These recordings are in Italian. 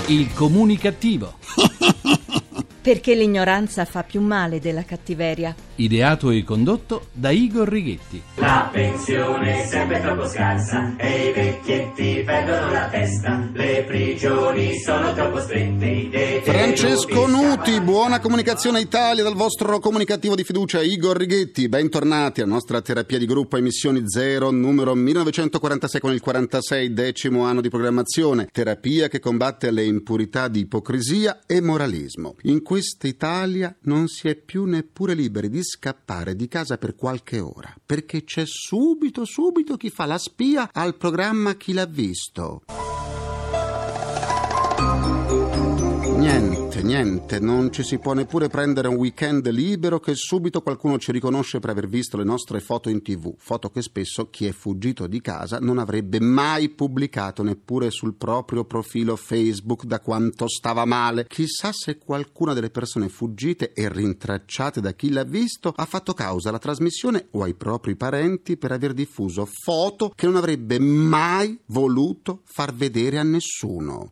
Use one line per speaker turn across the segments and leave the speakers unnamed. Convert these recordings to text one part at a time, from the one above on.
Il comunicativo.
Perché l'ignoranza fa più male della cattiveria.
Ideato e condotto da Igor Righetti.
La pensione è sempre troppo scarsa e i vecchietti perdono la testa. Le prigioni sono troppo strette.
Francesco Nuti, buona comunicazione Italia dal vostro comunicativo di fiducia Igor Righetti. Bentornati alla nostra terapia di gruppo Emissioni Zero, numero 1946 con il 46, 10° anno di programmazione. Terapia che combatte le impurità di ipocrisia e moralismo. In questa Italia non si è più neppure liberi di scappare di casa per qualche ora, perché c'è subito chi fa la spia al programma Chi l'ha visto. Niente, non ci si può neppure prendere un weekend libero che subito qualcuno ci riconosce per aver visto le nostre foto in TV, foto che spesso chi è fuggito di casa non avrebbe mai pubblicato neppure sul proprio profilo Facebook da quanto stava male. Chissà se qualcuna delle persone fuggite e rintracciate da Chi l'ha visto ha fatto causa alla trasmissione o ai propri parenti per aver diffuso foto che non avrebbe mai voluto far vedere a nessuno.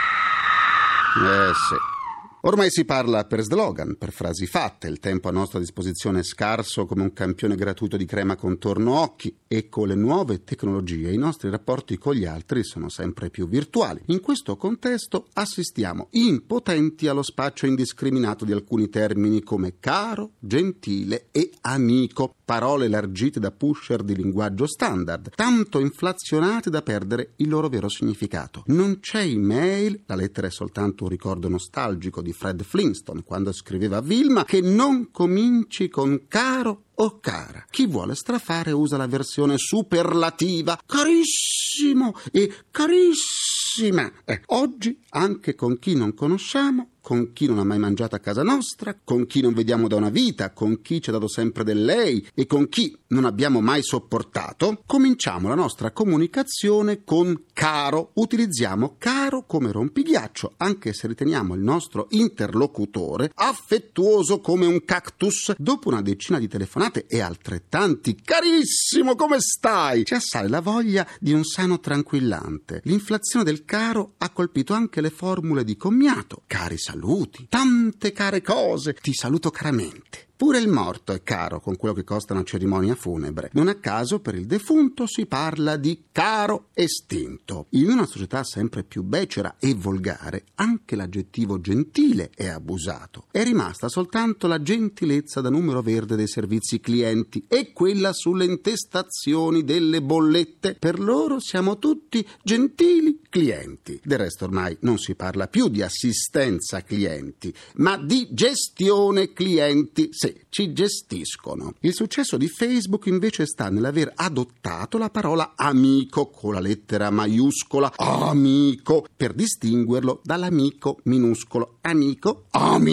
Sì. Ormai si parla per slogan, per frasi fatte, il tempo a nostra disposizione è scarso come un campione gratuito di crema contorno occhi e con le nuove tecnologie i nostri rapporti con gli altri sono sempre più virtuali. In questo contesto assistiamo impotenti allo spaccio indiscriminato di alcuni termini come caro, gentile e amico, parole elargite da pusher di linguaggio standard, tanto inflazionate da perdere il loro vero significato. Non c'è email, la lettera è soltanto un ricordo nostalgico di Fred Flintstone quando scriveva a Vilma, che non cominci con caro o cara. Chi vuole strafare usa la versione superlativa carissimo e carissima. Oggi anche con chi non conosciamo, con chi non ha mai mangiato a casa nostra, con chi non vediamo da una vita, con chi ci ha dato sempre del lei e con chi non abbiamo mai sopportato, cominciamo la nostra comunicazione con caro. Utilizziamo caro come rompighiaccio, anche se riteniamo il nostro interlocutore affettuoso come un cactus. Dopo una decina di telefonate e altrettanti carissimo, come stai? Ci assale la voglia di un sano tranquillante. L'inflazione del caro ha colpito anche le formule di commiato. Cari saluti, tante care cose, ti saluto caramente. Pure il morto è caro con quello che costa una cerimonia funebre. Non a caso per il defunto si parla di caro estinto. In una società sempre più becera e volgare, anche l'aggettivo gentile è abusato. È rimasta soltanto la gentilezza da numero verde dei servizi clienti e quella sulle intestazioni delle bollette. Per loro siamo tutti gentili clienti. Del resto ormai non si parla più di assistenza clienti, ma di gestione clienti. Sì, ci gestiscono. Il successo di Facebook invece sta nell'aver adottato la parola amico con la lettera maiuscola amico per distinguerlo dall'amico minuscolo. Amico.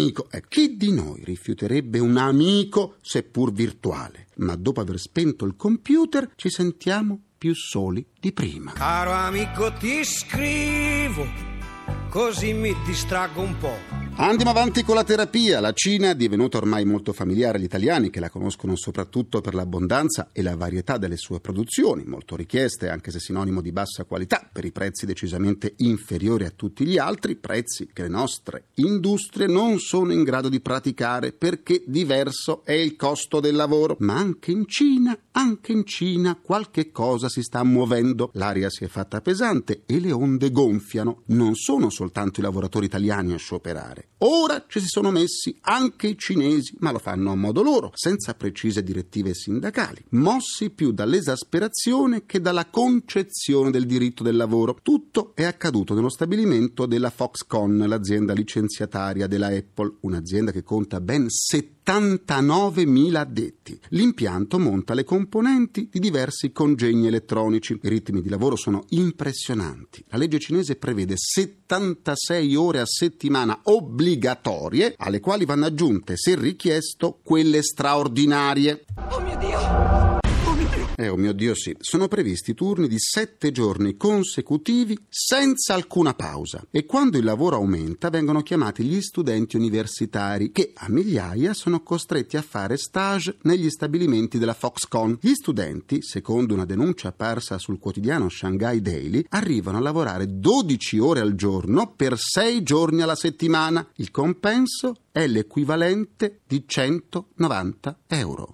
Chi di noi rifiuterebbe un amico seppur virtuale? Ma dopo aver spento il computer ci sentiamo più soli di prima.
Caro amico, ti scrivo, così mi distraggo un po'.
Andiamo avanti con la terapia. La Cina, divenuta ormai molto familiare agli italiani che la conoscono soprattutto per l'abbondanza e la varietà delle sue produzioni, molto richieste anche se sinonimo di bassa qualità per i prezzi decisamente inferiori a tutti gli altri, prezzi che le nostre industrie non sono in grado di praticare perché diverso è il costo del lavoro. Ma anche in Cina qualche cosa si sta muovendo. L'aria si è fatta pesante e le onde gonfiano. Non sono soltanto i lavoratori italiani a scioperare. Ora ci si sono messi anche i cinesi, ma lo fanno a modo loro, senza precise direttive sindacali, mossi più dall'esasperazione che dalla concezione del diritto del lavoro. Tutto è accaduto nello stabilimento della Foxconn, l'azienda licenziataria della Apple, un'azienda che conta ben 79.000 addetti. L'impianto monta le componenti di diversi congegni elettronici. I ritmi di lavoro sono impressionanti. La legge cinese prevede 76 ore a settimana obbligatorie, alle quali vanno aggiunte, se richiesto, quelle straordinarie.
Oh mio Dio!
Oh mio Dio, sì. Sono previsti turni di 7 giorni consecutivi senza alcuna pausa. E quando il lavoro aumenta vengono chiamati gli studenti universitari che a migliaia sono costretti a fare stage negli stabilimenti della Foxconn. Gli studenti, secondo una denuncia apparsa sul quotidiano Shanghai Daily, arrivano a lavorare 12 ore al giorno per 6 giorni alla settimana. Il compenso è l'equivalente di 190 euro.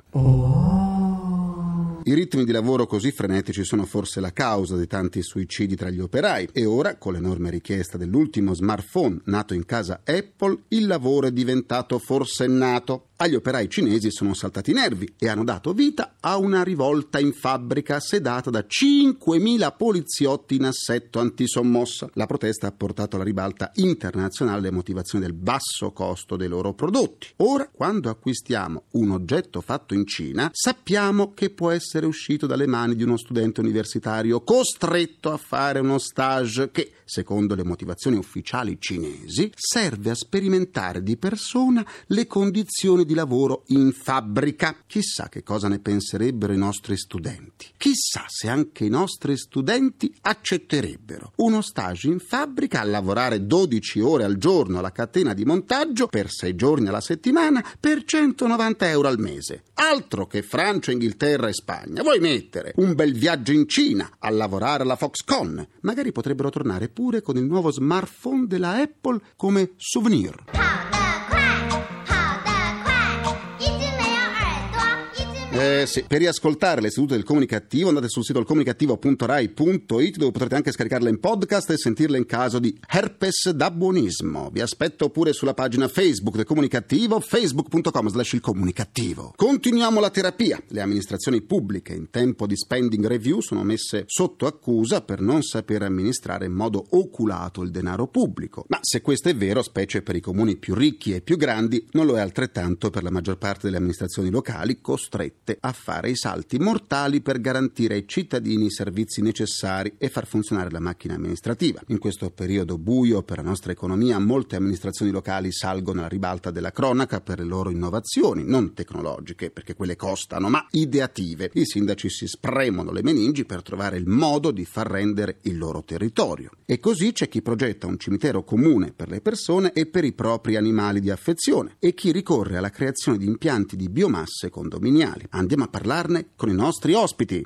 I ritmi di lavoro così frenetici sono forse la causa di tanti suicidi tra gli operai e ora, con l'enorme richiesta dell'ultimo smartphone nato in casa Apple, il lavoro è diventato forsennato. Agli operai cinesi sono saltati i nervi e hanno dato vita a una rivolta in fabbrica sedata da 5.000 poliziotti in assetto antisommossa. La protesta ha portato alla ribalta internazionale le motivazioni del basso costo dei loro prodotti. Ora, quando acquistiamo un oggetto fatto in Cina, sappiamo che può essere uscito dalle mani di uno studente universitario costretto a fare uno stage che, secondo le motivazioni ufficiali cinesi, serve a sperimentare di persona le condizioni di lavoro in fabbrica. Chissà che cosa ne penserebbero i nostri studenti. Chissà se anche i nostri studenti accetterebbero uno stage in fabbrica a lavorare 12 ore al giorno alla catena di montaggio per 6 giorni alla settimana per 190 euro al mese. Altro che Francia, Inghilterra e Spagna. Vuoi mettere un bel viaggio in Cina a lavorare alla Foxconn? Magari potrebbero tornare pure con il nuovo smartphone della Apple come souvenir. Sì. Per riascoltare le sedute del Comunicativo andate sul sito comunicativo.rai.it, dove potrete anche scaricarle in podcast e sentirle in caso di herpes da buonismo. Vi aspetto pure sulla pagina Facebook del Comunicativo, facebook.com/il Comunicativo. Continuiamo la terapia. Le amministrazioni pubbliche in tempo di spending review sono messe sotto accusa per non saper amministrare in modo oculato il denaro pubblico. Ma se questo è vero, specie per i comuni più ricchi e più grandi, non lo è altrettanto per la maggior parte delle amministrazioni locali costrette a fare i salti mortali per garantire ai cittadini i servizi necessari e far funzionare la macchina amministrativa. In questo periodo buio per la nostra economia, molte amministrazioni locali salgono alla ribalta della cronaca per le loro innovazioni, non tecnologiche, perché quelle costano, ma ideative. I sindaci si spremono le meningi per trovare il modo di far rendere il loro territorio. E così c'è chi progetta un cimitero comune per le persone e per i propri animali di affezione, e chi ricorre alla creazione di impianti di biomasse condominiali. Andiamo a parlarne con i nostri ospiti.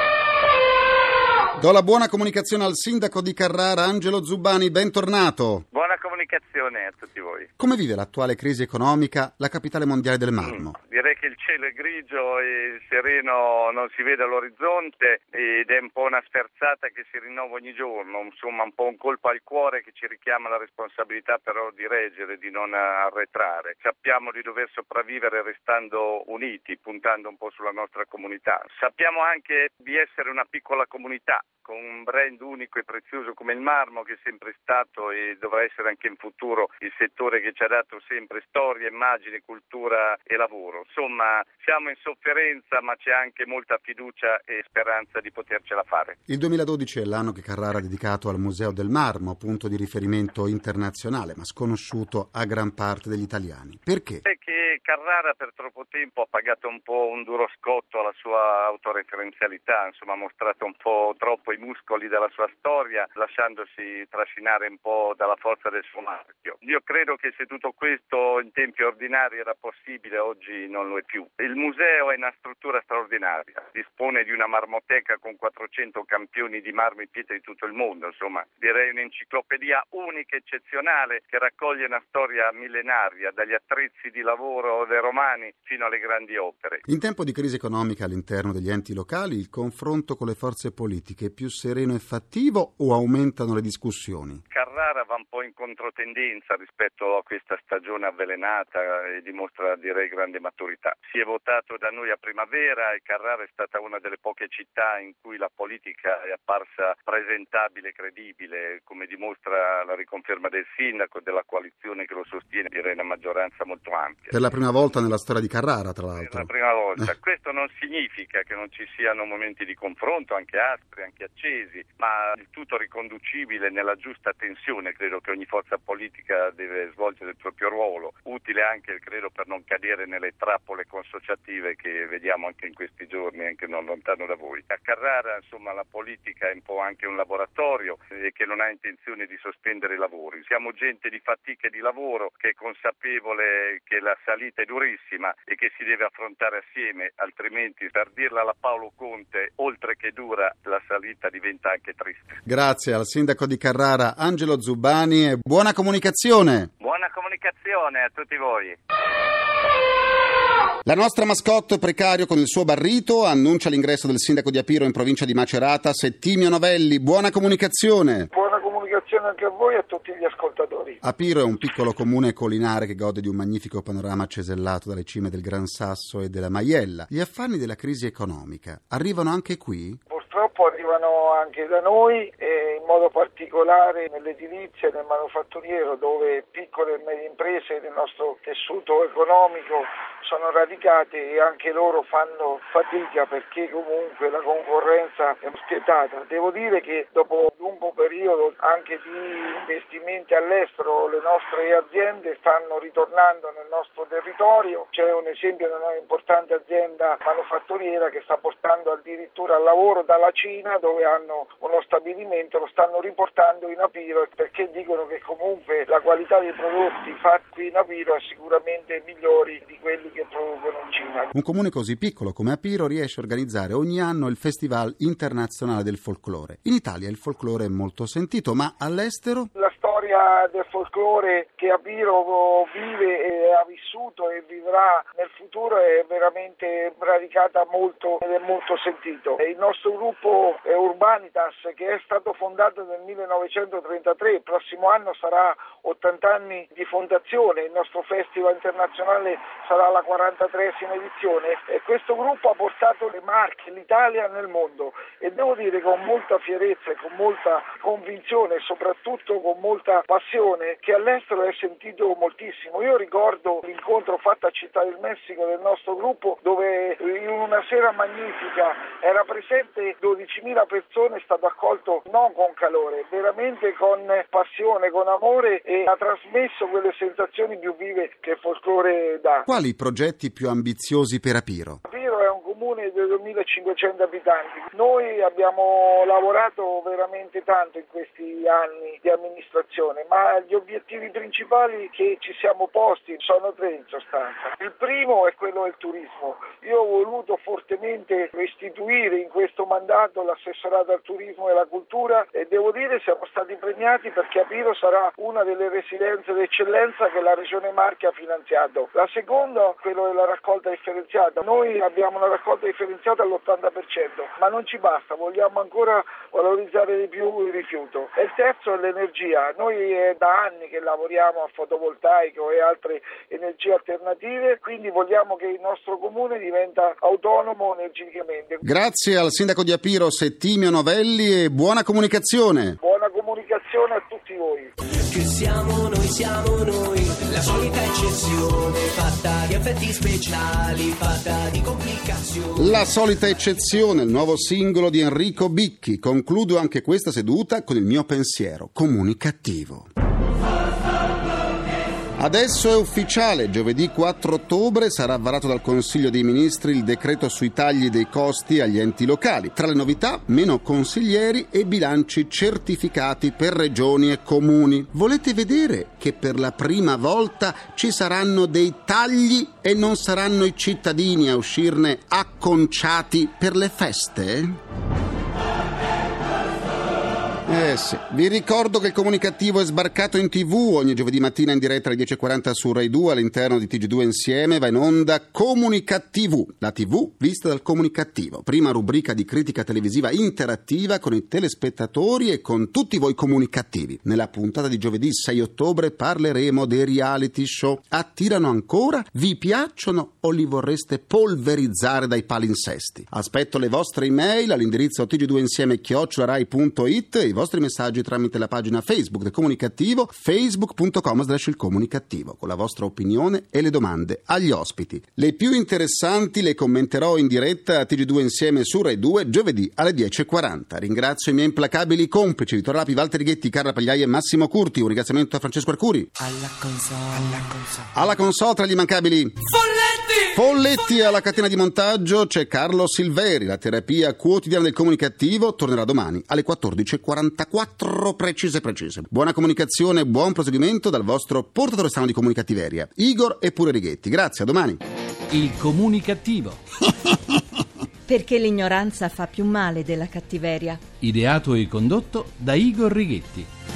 Do la buona comunicazione al sindaco di Carrara, Angelo Zubbani, bentornato.
Buona comunicazione a tutti voi.
Come vive l'attuale crisi economica la capitale mondiale del marmo?
Direi che il cielo è grigio e sereno, non si vede all'orizzonte ed è un po' una sferzata che si rinnova ogni giorno, insomma un po' un colpo al cuore che ci richiama la responsabilità però di reggere, di non arretrare. Sappiamo di dover sopravvivere restando uniti, puntando un po' sulla nostra comunità. Sappiamo anche di essere una piccola comunità con un brand unico e prezioso come il marmo, che è sempre stato e dovrà essere anche in futuro il settore che ci ha dato sempre storia, immagine, cultura e lavoro. Insomma, siamo in sofferenza, ma c'è anche molta fiducia e speranza di potercela fare.
Il 2012 è l'anno che Carrara ha dedicato al Museo del Marmo, punto di riferimento internazionale, ma sconosciuto a gran parte degli italiani. Perché?
Perché Carrara per troppo tempo ha pagato un po' un duro scotto alla sua autoreferenzialità, insomma ha mostrato un po' troppo i muscoli della sua storia, lasciandosi trascinare un po' dalla forza del suo marchio. Io credo che se tutto questo in tempi ordinari era possibile, oggi non lo è più. Il museo è una struttura straordinaria, dispone di una marmoteca con 400 campioni di marmo in pietra di tutto il mondo, insomma direi un'enciclopedia unica, eccezionale, che raccoglie una storia millenaria, dagli attrezzi di lavoro dei romani fino alle grandi opere.
In tempo di crisi economica all'interno degli enti locali, il confronto con le forze politiche è più sereno e fattivo o aumentano le discussioni?
Carrara va un po' in controtendenza rispetto a questa stagione avvelenata e dimostra, direi, grande maturità. Si è votato da noi a primavera e Carrara è stata una delle poche città in cui la politica è apparsa presentabile e credibile, come dimostra la riconferma del sindaco, della coalizione che lo sostiene, direi una maggioranza molto ampia.
Per la prima volta nella storia di Carrara, tra l'altro.
Per la prima volta. Questo non significa che non ci siano momenti di confronto, anche aspri, anche accesi, ma il tutto riconducibile nella giusta tensione, credo che ogni forza politica deve svolgere il proprio ruolo, utile anche credo per non cadere nelle trappole consociative che vediamo anche in questi giorni, anche non lontano da voi. A Carrara insomma la politica è un po' anche un laboratorio e che non ha intenzione di sospendere i lavori. Siamo gente di fatica e di lavoro che è consapevole che la salita è durissima e che si deve affrontare assieme, altrimenti, per dirla alla Paolo Conte, oltre che dura la salita diventa anche triste.
Grazie al sindaco di Carrara Angelo Zubbani e buona comunicazione.
Buona comunicazione a tutti voi.
La nostra mascotte precario con il suo barrito annuncia l'ingresso del sindaco di Apiro in provincia di Macerata, Settimio Novelli. Buona comunicazione.
Buona comunicazione anche a voi e a tutti gli ascoltatori.
Apiro è un piccolo comune collinare che gode di un magnifico panorama cesellato dalle cime del Gran Sasso e della Maiella. Gli affanni della crisi economica arrivano anche qui?
Purtroppo arrivano anche da noi e in modo particolare nell'edilizia e nel manufatturiero, dove piccole e medie imprese del nostro tessuto economico sono radicate e anche loro fanno fatica perché comunque la concorrenza è spietata. Devo dire che dopo un lungo periodo anche di investimenti all'estero le nostre aziende stanno ritornando nel nostro territorio. C'è un esempio di una importante azienda manufatturiera che sta portando addirittura al lavoro dalla Cina, dove hanno uno stabilimento, lo stanno riportando in Apiro perché dicono che comunque la qualità dei prodotti fatti in Apiro è sicuramente migliori di quelli che producono in Cina.
Un comune così piccolo come Apiro riesce a organizzare ogni anno il Festival Internazionale del Folklore. In Italia il folklore è molto sentito, ma all'estero?
La storia del folklore che Apiro vive e ha vissuto e vivrà nel futuro è veramente radicata molto ed è molto sentito. Il nostro gruppo Urbanitas, che è stato fondato nel 1933, il prossimo anno sarà 80 anni di fondazione, il nostro festival internazionale sarà la 43esima edizione e questo gruppo ha portato le Marche, l'Italia nel mondo e devo dire con molta fierezza e con molta convinzione e soprattutto con molta passione che all'estero è sentito moltissimo. Io ricordo l'incontro fatto a Città del Messico del nostro gruppo dove in una sera magnifica era presente 12.000 persone, è stato accolto non con calore, veramente con passione, con amore e ha trasmesso quelle sensazioni più vive che il folklore dà.
Quali i progetti più ambiziosi per Apiro?
Apiro è un comune di 2.500 abitanti. Noi abbiamo lavorato veramente tanto in questi anni di amministrazione, ma gli obiettivi principali che ci siamo posti sono tre in sostanza. Il primo è quello del turismo. Io ho voluto fortemente istituire in questo mandato l'assessorato al turismo e alla cultura e devo dire siamo stati premiati perché Apiro sarà una delle residenze d'eccellenza che la Regione Marche ha finanziato. La seconda è quello della raccolta differenziata. Noi abbiamo una raccolta differenziata all'80%, ma non ci basta, vogliamo ancora valorizzare di più il rifiuto. E il terzo è l'energia. Noi è da anni che lavoriamo a fotovoltaico e altre energie alternative, quindi vogliamo che il nostro comune diventa autonomo energicamente.
Grazie al sindaco di Apiro Settimio Novelli e buona comunicazione.
Buona comunicazione a tutti voi.
Che siamo noi, la solita eccezione fatta di effetti speciali, fatta di complicazioni.
La solita eccezione, il nuovo singolo di Enrico Bicchi. Concludo anche questa seduta con il mio pensiero comunicativo. Adesso è ufficiale, giovedì 4 ottobre sarà varato dal Consiglio dei Ministri il decreto sui tagli dei costi agli enti locali. Tra le novità, meno consiglieri e bilanci certificati per regioni e comuni. Volete vedere che per la prima volta ci saranno dei tagli e non saranno i cittadini a uscirne acconciati per le feste? Sì. Vi ricordo che il comunicativo è sbarcato in TV ogni giovedì mattina in diretta alle 10.40 su Rai 2 all'interno di TG2 Insieme. Va in onda Comunicativo, la TV vista dal comunicativo. Prima rubrica di critica televisiva interattiva con i telespettatori e con tutti voi comunicativi. Nella puntata di giovedì 6 ottobre parleremo dei reality show. Attirano ancora? Vi piacciono o li vorreste polverizzare dai palinsesti? Aspetto le vostre email all'indirizzo tg2insieme@rai.it. I vostri messaggi tramite la pagina Facebook del Comunicativo, facebook.com/ilcomunicativo, con la vostra opinione e le domande agli ospiti. Le più interessanti le commenterò in diretta a TG2 Insieme su Rai 2 giovedì alle 10:40. Ringrazio i miei implacabili complici Vittorio Lapi, Walter Righetti, Carla Pagliai e Massimo Curti. Un ringraziamento a Francesco Arcuri. Alla console tra gli immancabili Folletti. Alla catena di montaggio c'è Carlo Silveri. La terapia quotidiana del Comunicativo tornerà domani alle 14:44 precise. Buona comunicazione, buon proseguimento dal vostro portatore strano di comunicattiveria, Igor e pure Righetti. Grazie, a domani.
Il Comunicativo.
Perché l'ignoranza fa più male della cattiveria.
Ideato e condotto da Igor Righetti.